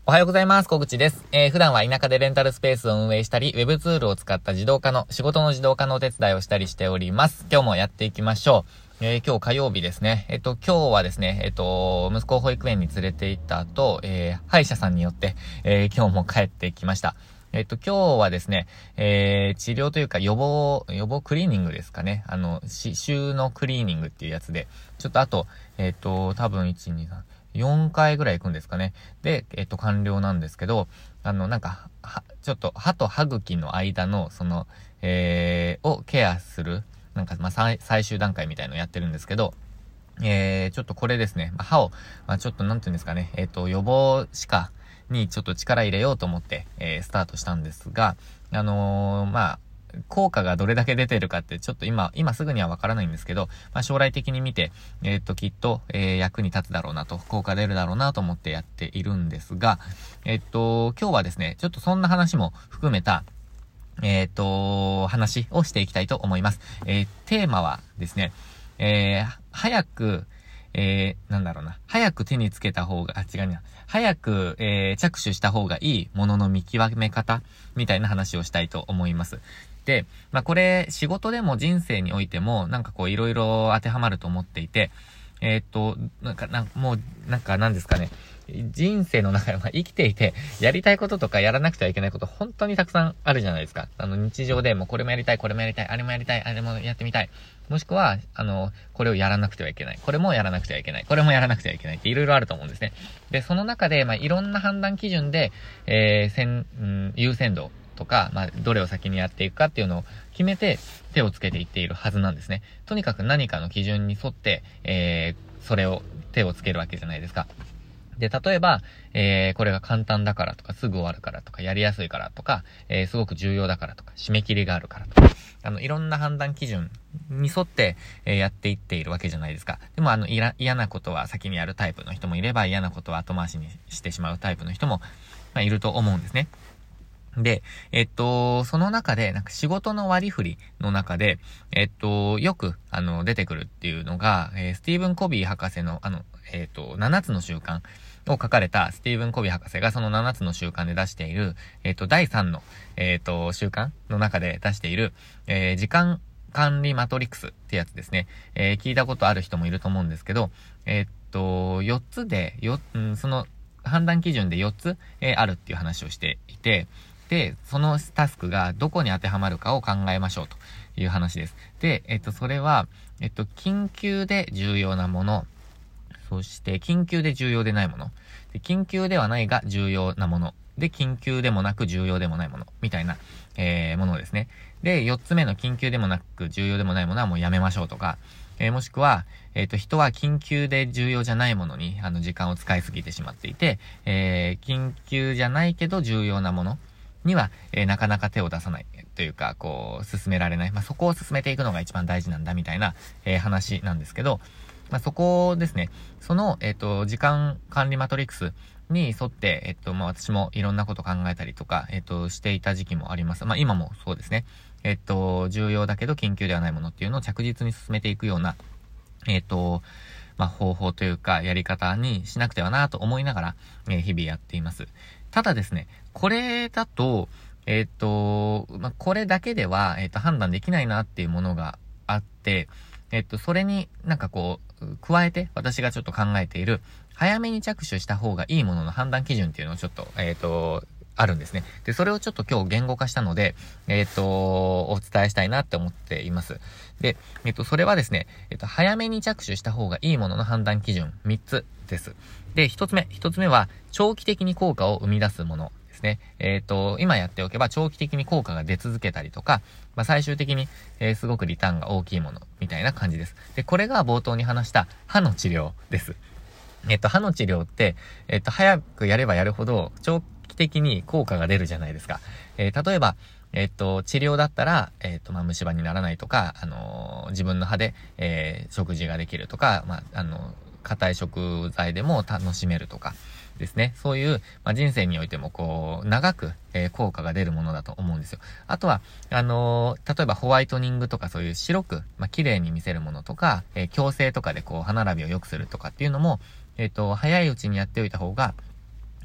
おはようございます。小口です。普段は田舎でレンタルスペースを運営したり、ウェブツールを使った仕事の自動化のお手伝いをしたりしております。今日もやっていきましょう。今日火曜日ですね。今日はですね、息子を保育園に連れて行った後、歯医者さんによって、今日も帰ってきました。今日はですね、治療というか予防クリーニングですかね。歯周のクリーニングっていうやつで、ちょっとあと、多分1、2、3、4回ぐらい行くんですかね。で、完了なんですけど、ちょっと歯と歯茎の間の、をケアする、最終段階みたいのをやってるんですけど、ちょっとこれですね、歯を、ちょっとなんていうんですかね、予防歯科にちょっと力入れようと思って、スタートしたんですが、効果がどれだけ出てるかってちょっと今すぐにはわからないんですけど、将来的に見て、きっと、役に立つだろうなと、効果出るだろうなと思ってやっているんですが、今日はですね、ちょっとそんな話も含めた、話をしていきたいと思います。テーマはですね、早く手につけた方が、早く、着手した方がいいものの見極め方みたいな話をしたいと思います。で、これ、仕事でも人生においても、いろいろ当てはまると思っていて、なんですかね。人生の中で、生きていて、やりたいこととかやらなくてはいけないこと、本当にたくさんあるじゃないですか。日常でもこれもやりたい、これもやりたい、あれもやりたい、あれもやってみたい。もしくは、これをやらなくてはいけない。これもやらなくてはいけない。これもやらなくてはいけないっていろいろあると思うんですね。で、その中で、いろんな判断基準で、優先度とか、どれを先にやっていくかっていうのを決めて手をつけていっているはずなんですね。とにかく何かの基準に沿って、それを手をつけるわけじゃないですか。で、例えば、これが簡単だからとか、すぐ終わるからとか、やりやすいからとか、すごく重要だからとか、締め切りがあるからとか、いろんな判断基準に沿って、やっていっているわけじゃないですか。でも、嫌なことは先にやるタイプの人もいれば、嫌なことは後回しにしてしまうタイプの人も、いると思うんですね。で、その中で、仕事の割り振りの中で、よく、出てくるっていうのが、スティーブン・コビー博士の、7つの習慣を書かれたスティーブン・コビー博士がその7つの習慣で出している、第3の、習慣の中で出している、時間管理マトリックスってやつですね。聞いたことある人もいると思うんですけど、4つで、その判断基準で4つ、あるっていう話をしていて、で、そのタスクがどこに当てはまるかを考えましょうという話です。で、それは、緊急で重要なもの、そして緊急で重要でないもの、で緊急ではないが重要なもの、で、緊急でもなく重要でもないもの、みたいな、ものですね。で、4つ目の緊急でもなく重要でもないものはもうやめましょうとか、もしくは、人は緊急で重要じゃないものに、時間を使いすぎてしまっていて、緊急じゃないけど重要なもの、には、なかなか手を出さないというか、進められない。そこを進めていくのが一番大事なんだみたいな、話なんですけど、そこですね、その、時間管理マトリックスに沿って、私もいろんなこと考えたりとか、していた時期もあります。今もそうですね。重要だけど緊急ではないものっていうのを着実に進めていくような、方法というか、やり方にしなくてはなと思いながら、日々やっています。ただですね、これだと、これだけでは、判断できないなっていうものがあって、それに加えて私がちょっと考えている、早めに着手した方がいいものの判断基準っていうのをちょっと、あるんですね。で、それをちょっと今日言語化したので、お伝えしたいなって思っています。で、それはですね、早めに着手した方がいいものの判断基準3つです。で、1つ目は、長期的に効果を生み出すものですね。今やっておけば長期的に効果が出続けたりとか、最終的に、すごくリターンが大きいものみたいな感じです。で、これが冒頭に話した歯の治療です。歯の治療って、早くやればやるほど長期的に効果が出るじゃないですか。例えば、治療だったら、虫歯にならないとか、自分の歯で、食事ができるとか、硬い食材でも楽しめるとかですね。そういう、人生においても長く、効果が出るものだと思うんですよ。あとは、例えばホワイトニングとかそういう白く、綺麗に見せるものとか、矯正とかで歯並びを良くするとかっていうのも、早いうちにやっておいた方が、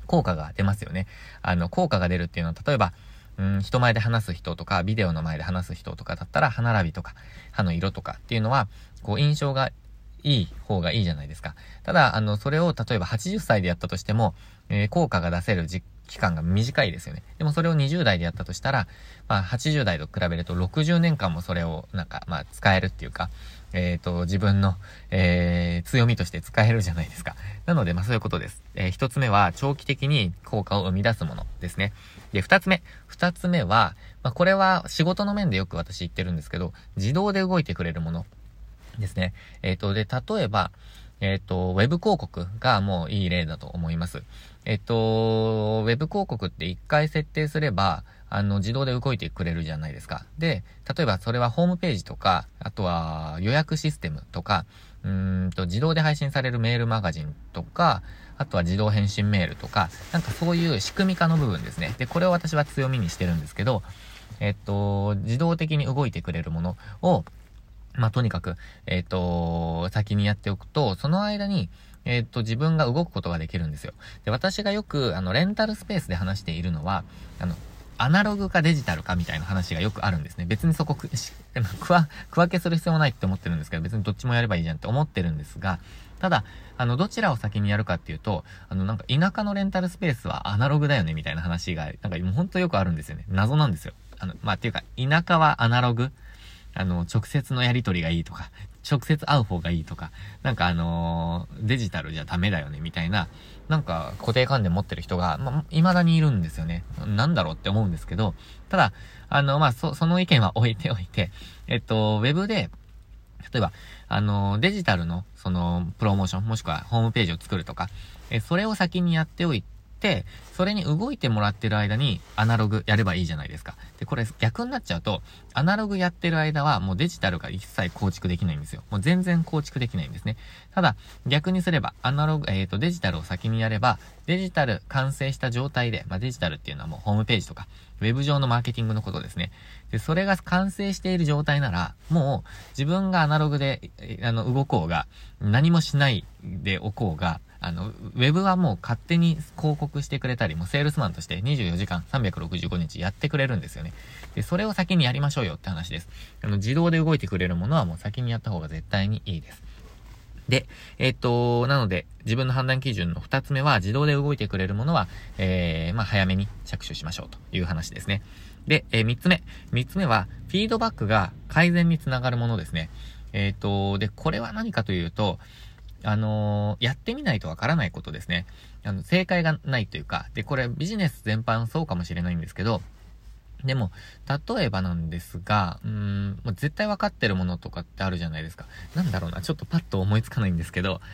効果が出ますよね。効果が出るっていうのは、例えば、人前で話す人とか、ビデオの前で話す人とかだったら、歯並びとか、歯の色とかっていうのは、こう、印象がいい方がいいじゃないですか。ただ、それを例えば80歳でやったとしても、効果が出せる期間が短いですよね。でもそれを20代でやったとしたら、80代と比べると60年間もそれを使えるっていうか、自分の、強みとして使えるじゃないですか。なので、そういうことです。一つ目は長期的に効果を生み出すものですね。で、二つ目は、これは仕事の面でよく私言ってるんですけど、自動で動いてくれるものですね。で、例えば、ウェブ広告がもういい例だと思います。ウェブ広告って一回設定すれば、自動で動いてくれるじゃないですか。で、例えばそれはホームページとか、あとは予約システムとか、自動で配信されるメールマガジンとか、あとは自動返信メールとか、そういう仕組み化の部分ですね。で、これを私は強みにしてるんですけど、自動的に動いてくれるものを、とにかく、先にやっておくと、その間に、自分が動くことができるんですよ。で、私がよく、レンタルスペースで話しているのは、アナログかデジタルかみたいな話がよくあるんですね。別にそこ区分けする必要もないって思ってるんですけど、別にどっちもやればいいじゃんって思ってるんですが、ただ、どちらを先にやるかっていうと、田舎のレンタルスペースはアナログだよねみたいな話が、もうほんとよくあるんですよね。謎なんですよ。っていうか、田舎はアナログ、直接のやり取りがいいとか、直接会う方がいいとか、デジタルじゃダメだよね、みたいな、固定観念持ってる人が、未だにいるんですよね。なんだろうって思うんですけど、ただ、その意見は置いておいて、ウェブで、例えば、デジタルの、プロモーション、もしくはホームページを作るとか、それを先にやっておいて、それに動いてもらってる間にアナログやればいいじゃないですか。で、これ逆になっちゃうと、アナログやってる間はもうデジタルが一切構築できないんですよ。もう全然構築できないんですね。ただ、逆にすれば、デジタルを先にやれば、デジタル完成した状態で、デジタルっていうのはもうホームページとか、ウェブ上のマーケティングのことですね。で、それが完成している状態なら、もう自分がアナログで、動こうが、何もしないでおこうが、ウェブはもう勝手に広告してくれたり、もうセールスマンとして24時間365日やってくれるんですよね。で、それを先にやりましょうよって話です。自動で動いてくれるものはもう先にやった方が絶対にいいです。で、なので、自分の判断基準の2つ目は、自動で動いてくれるものは、早めに着手しましょうという話ですね。で、3つ目は、フィードバックが改善につながるものですね。で、これは何かというと、やってみないとわからないことですね。正解がないというか、で、これビジネス全般そうかもしれないんですけど、でも、例えばなんですが、もう絶対わかってるものとかってあるじゃないですか。なんだろうな、ちょっとパッと思いつかないんですけど、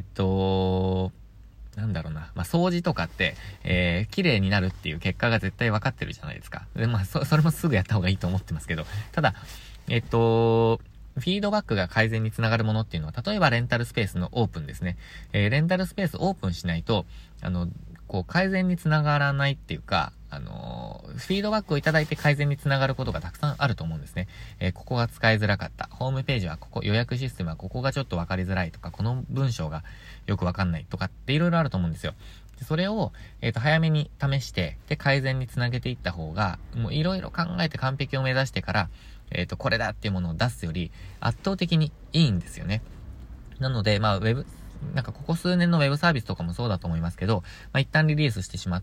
なんだろうな、掃除とかって、綺麗になるっていう結果が絶対わかってるじゃないですか。で、それもすぐやった方がいいと思ってますけど、ただ、フィードバックが改善につながるものっていうのは、例えばレンタルスペースのオープンですね。レンタルスペースオープンしないと、改善につながらないっていうか、フィードバックをいただいて改善につながることがたくさんあると思うんですね。ここが使いづらかった。ホームページはここ、予約システムはここがちょっとわかりづらいとか、この文章がよくわかんないとかっていろいろあると思うんですよ。でそれを、早めに試して、で、改善につなげていった方が、もういろいろ考えて完璧を目指してから、これだっていうものを出すより、圧倒的にいいんですよね。なので、ウェブ、ここ数年のウェブサービスとかもそうだと思いますけど、一旦リリースしてしまって、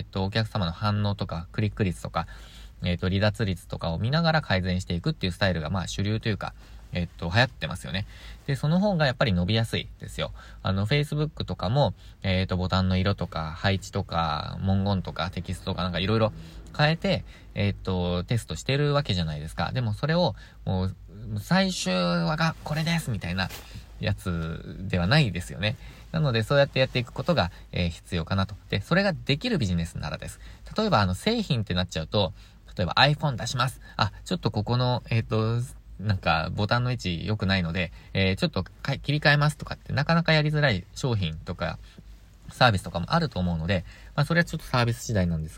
お客様の反応とか、クリック率とか、離脱率とかを見ながら改善していくっていうスタイルが、主流というか、流行ってますよね。で、その方がやっぱり伸びやすいですよ。Facebook とかも、ボタンの色とか、配置とか、文言とか、テキストとかいろいろ変えて、テストしてるわけじゃないですか。でもそれを、もう、最終話がこれですみたいなやつではないですよね。なので、そうやってやっていくことが、必要かなと。で、それができるビジネスならです。例えば、製品ってなっちゃうと、例えば iPhone 出します。ちょっとここの、ボタンの位置良くないので、ちょっと切り替えますとかってなかなかやりづらい商品とか、サービスとかもあると思うので、それはちょっとサービス次第なんですが、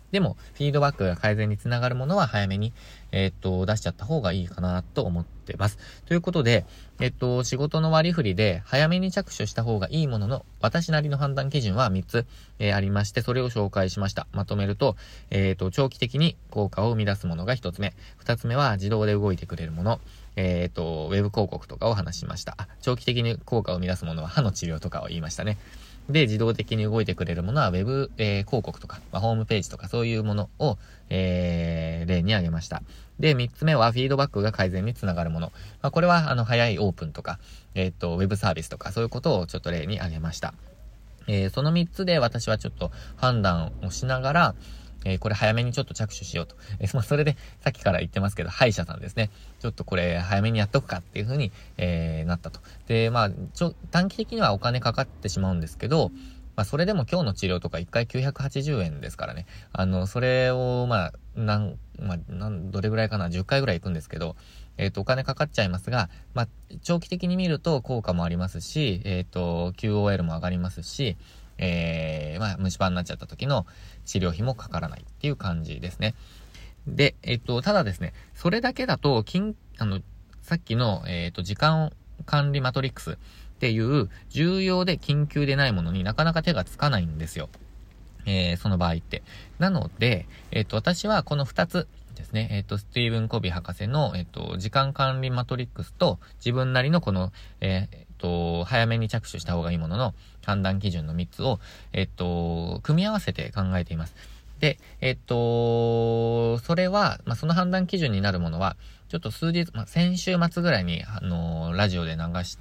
でも、フィードバックが改善につながるものは早めに、出しちゃった方がいいかなと思ってます。ということで、仕事の割り振りで早めに着手した方がいいものの、私なりの判断基準は3つ、ありまして、それを紹介しました。まとめると、長期的に効果を生み出すものが1つ目。2つ目は自動で動いてくれるもの。ウェブ広告とかを話しました。長期的に効果を生み出すものは歯の治療とかを言いましたね。で、自動的に動いてくれるものはウェブ、広告とか、ホームページとかそういうものを、例に挙げました。で、3つ目はフィードバックが改善につながるもの。これは早いオープンとか、ウェブサービスとかそういうことをちょっと例に挙げました。その3つで私はちょっと判断をしながら、これ早めにちょっと着手しようと。それでさっきから言ってますけど、歯医者さんですね。ちょっとこれ早めにやっとくかっていう風に、なったと。で、短期的にはお金かかってしまうんですけど、それでも今日の治療とか1回980円ですからね。それを、どれぐらいかな、10回ぐらい行くんですけど、お金かかっちゃいますが、長期的に見ると効果もありますし、QOL も上がりますし、虫歯になっちゃった時の治療費もかからないっていう感じですね。で、ただですね、それだけだと、さっきの、時間管理マトリックスっていう重要で緊急でないものになかなか手がつかないんですよ。その場合って。なので、私はこの2つですね、スティーブン・コビー博士の、時間管理マトリックスと自分なりのこの、早めに着手した方がいいものの判断基準の3つを、組み合わせて考えています。で、それは、その判断基準になるものは、ちょっと数日、先週末ぐらいに、ラジオで流した、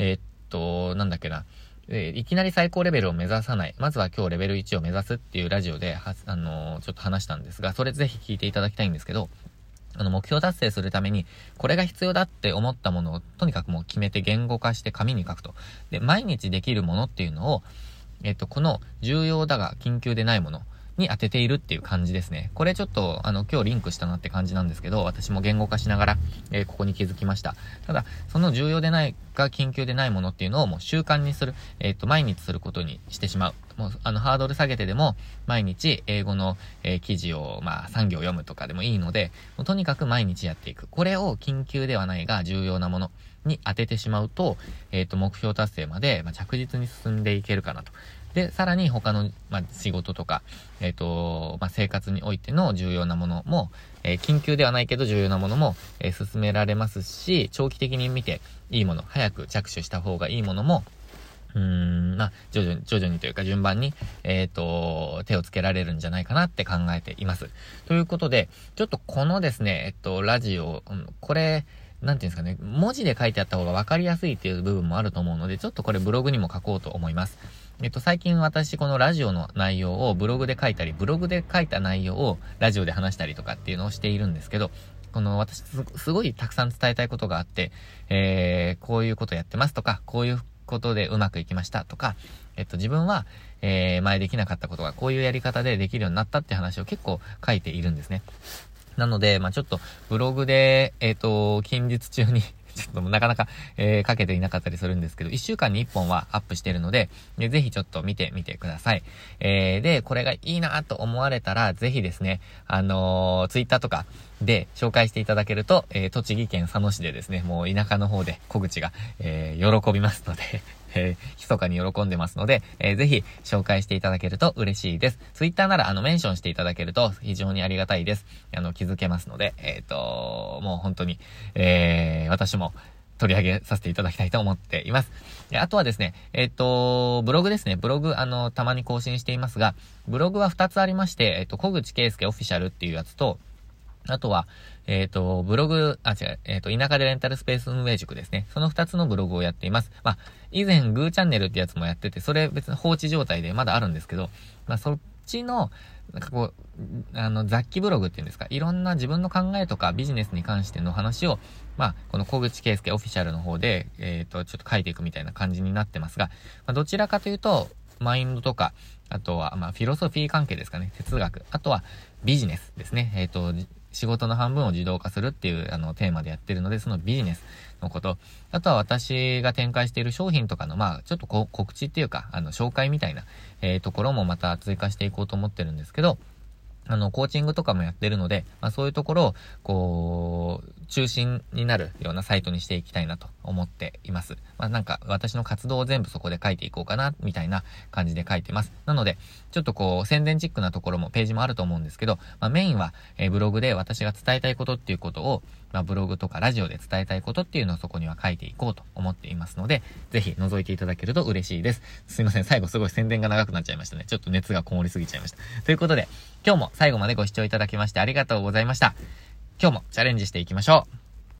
いきなり最高レベルを目指さない。まずは今日レベル1を目指すっていうラジオで、ちょっと話したんですが、それぜひ聞いていただきたいんですけど、目標達成するために、これが必要だって思ったものを、とにかくもう決めて言語化して紙に書くと。で、毎日できるものっていうのを、この重要だが緊急でないものに当てているっていう感じですね。これちょっと、今日リンクしたなって感じなんですけど、私も言語化しながら、ここに気づきました。ただ、その重要でないが緊急でないものっていうのをもう習慣にする、毎日することにしてしまう。もう、ハードル下げてでも、毎日英語の、記事を、3行読むとかでもいいので、もうとにかく毎日やっていく。これを緊急ではないが重要なものに当ててしまうと、目標達成まで、着実に進んでいけるかなと。で、さらに他の、仕事とか、生活においての重要なものも、緊急ではないけど重要なものも、進められますし、長期的に見ていいもの、早く着手した方がいいものも、徐々にというか順番に、手をつけられるんじゃないかなって考えています。ということで、ちょっとこのですね、ラジオ、これ、なんていうんですかね、文字で書いてあった方が分かりやすいっていう部分もあると思うので、ちょっとこれブログにも書こうと思います。最近私このラジオの内容をブログで書いたり、ブログで書いた内容をラジオで話したりとかっていうのをしているんですけど、私すごいたくさん伝えたいことがあって、こういうことやってますとか、こういうことでうまくいきましたとか、自分は、前できなかったことがこういうやり方でできるようになったって話を結構書いているんですね。なので、ちょっとブログで、近日中にちょっとなかなか、かけていなかったりするんですけど、1週間に1本はアップしているので、ぜひちょっと見てみてください。で、これがいいなと思われたら、ぜひですね、ツイッターとかで紹介していただけると、栃木県佐野市でですね、もう田舎の方で小口が、喜びますので、密かに喜んでますので、ぜひ紹介していただけると嬉しいです。ツイッターならメンションしていただけると非常にありがたいです。気づけますので、もう本当に、私も取り上げさせていただきたいと思っています。あとはですね、ブログですね。ブログ、たまに更新していますが、ブログは2つありまして、小口圭介オフィシャルっていうやつと、あとは、ブログ、田舎でレンタルスペース運営塾ですね。その2つのブログをやっています。以前、グーチャンネルってやつもやってて、それ別に放置状態でまだあるんですけど、そっちの、雑記ブログっていうんですか、いろんな自分の考えとかビジネスに関しての話を、この小口圭介オフィシャルの方で、ちょっと書いていくみたいな感じになってますが、どちらかというと、マインドとか、あとは、フィロソフィー関係ですかね、哲学、あとはビジネスですね、仕事の半分を自動化するっていうテーマでやってるので、そのビジネスのこと、あとは私が展開している商品とかのちょっと告知っていうか紹介みたいな、ところもまた追加していこうと思ってるんですけど、 コーチングとかもやってるので、そういうところを、こう、中心になるようなサイトにしていきたいなと思っています。なんか、私の活動を全部そこで書いていこうかな、みたいな感じで書いてます。なので、ちょっとこう、宣伝チックなところもページもあると思うんですけど、メインは、ブログで私が伝えたいことっていうことを、ブログとかラジオで伝えたいことっていうのをそこには書いていこうと思っていますので、ぜひ覗いていただけると嬉しいです。すいません、最後すごい宣伝が長くなっちゃいましたね。ちょっと熱がこもりすぎちゃいました。ということで、今日も最後までご視聴いただきましてありがとうございました。今日もチャレンジしていきましょう。